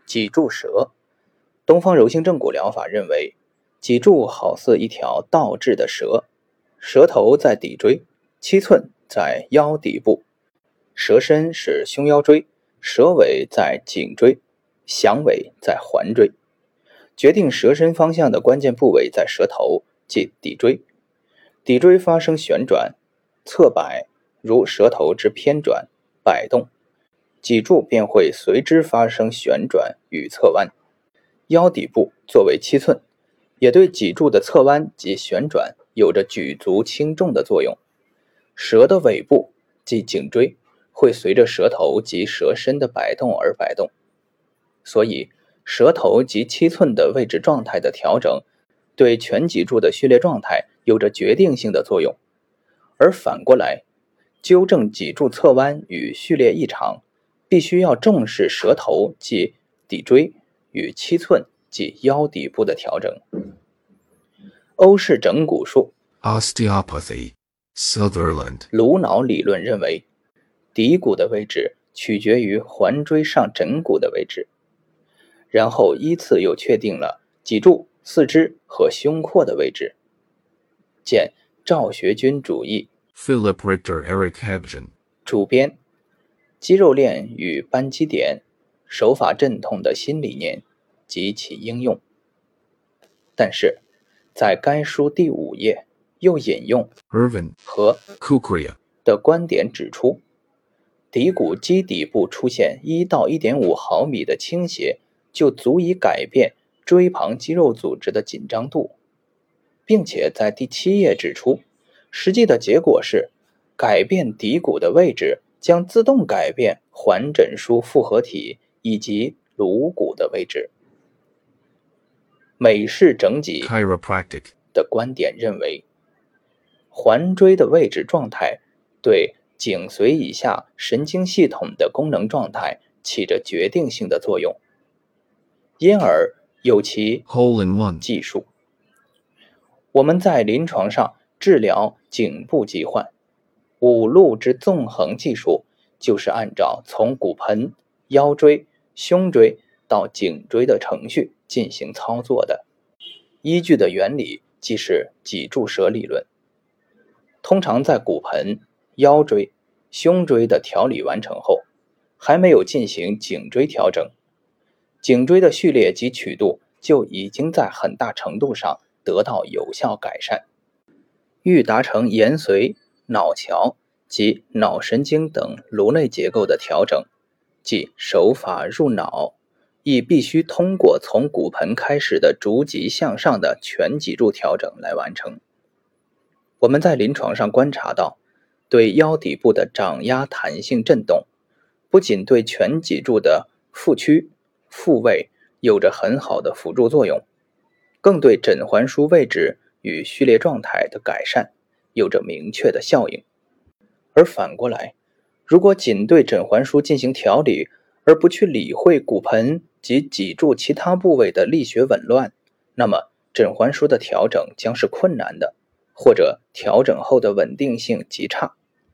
脊柱折。东方柔性正骨疗法认为，脊柱好似一条倒置的蛇，舌头在骶椎，7寸在腰底部，舌身是胸腰椎，舌尾在颈椎，响尾在环椎。决定舌身方向的关键部位在舌头，即骶椎。骶椎发生旋转、侧摆，如舌头之偏转、摆动，脊柱便会随之发生旋转与侧弯。腰底部作为7寸，也对脊柱的侧弯及旋转有着举足轻重的作用。舌的尾部即颈椎会随着舌头及舌身的摆动而摆动，所以舌头及7寸的位置状态的调整对全脊柱的序列状态有着决定性的作用。而反过来，纠正脊柱侧弯与序列异常，必须要重视舌头即骶椎与7寸即腰底部的调整。欧式整骨术 Osteopathy Sutherland 颅脑理论认为，骶骨的位置取决于环椎上枕骨的位置，然后依次又确定了脊柱、四肢和胸廓的位置。见赵学军主义 Philip Richter Eric Hebgen 主编，肌肉链与扳机点手法镇痛的新理念及其应用。但是在该书第5页又引用 Irvin 和 Kukria 的观点指出，骶骨基底部出现1到 1.5 毫米的倾斜，就足以改变椎旁肌肉组织的紧张度，并且在第7页指出，实际的结果是改变骶骨的位置将自动改变环枕枢复合体以及颅骨的位置。美式整脊 Chiropractic 的观点认为，环椎的位置状态对颈髓以下神经系统的功能状态起着决定性的作用，因而有其 Hole in One 技术。我们在临床上治疗颈部疾患，5路之纵横技术就是按照从骨盆、腰椎、胸椎到颈椎的程序进行操作的。依据的原理即是脊柱折理论。通常在骨盆、腰椎、胸椎的调理完成后，还没有进行颈椎调整，颈椎的序列及曲度就已经在很大程度上得到有效改善。欲达成延髓、脑桥及脑神经等颅内结构的调整，即手法入脑，亦必须通过从骨盆开始的逐级向上的全脊柱调整来完成。我们在临床上观察到，对腰底部的掌压弹性振动，不仅对全脊柱的复屈、复位有着很好的辅助作用，更对枕环枢位置与序列状态的改善有着明确的效应。而反过来，如果仅对枕环枢进行调理，而不去理会骨盆及脊柱其他部位的力学紊乱，那么枕环枢的调整将是困难的，或者调整后的稳定性极差。